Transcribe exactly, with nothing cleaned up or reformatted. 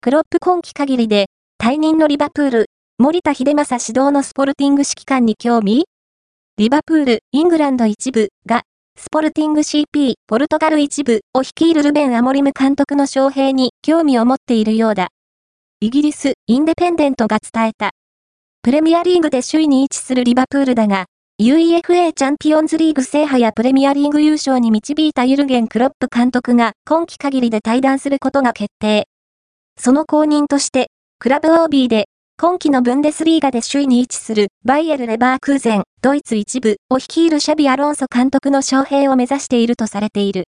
クロップ今季限りで、退任のリバプール、森田英正指導のスポルティング指揮官に興味？リバプール、イングランド一部が、スポルティング シーピー、ポルトガル一部を率いるルベン・アモリム監督の招聘に興味を持っているようだ。イギリス、インデペンデントが伝えた。プレミアリーグで首位に位置するリバプールだが、ユーイーエフエー チャンピオンズリーグ制覇やプレミアリーグ優勝に導いたユルゲン・クロップ監督が今季限りで退団することが決定。その後任として、クラブ オービー で、今季のブンデスリーガで首位に位置するバイエル・レバークーゼン、ドイツ一部を率いるシャビ・アロンソ監督の招聘を目指しているとされている。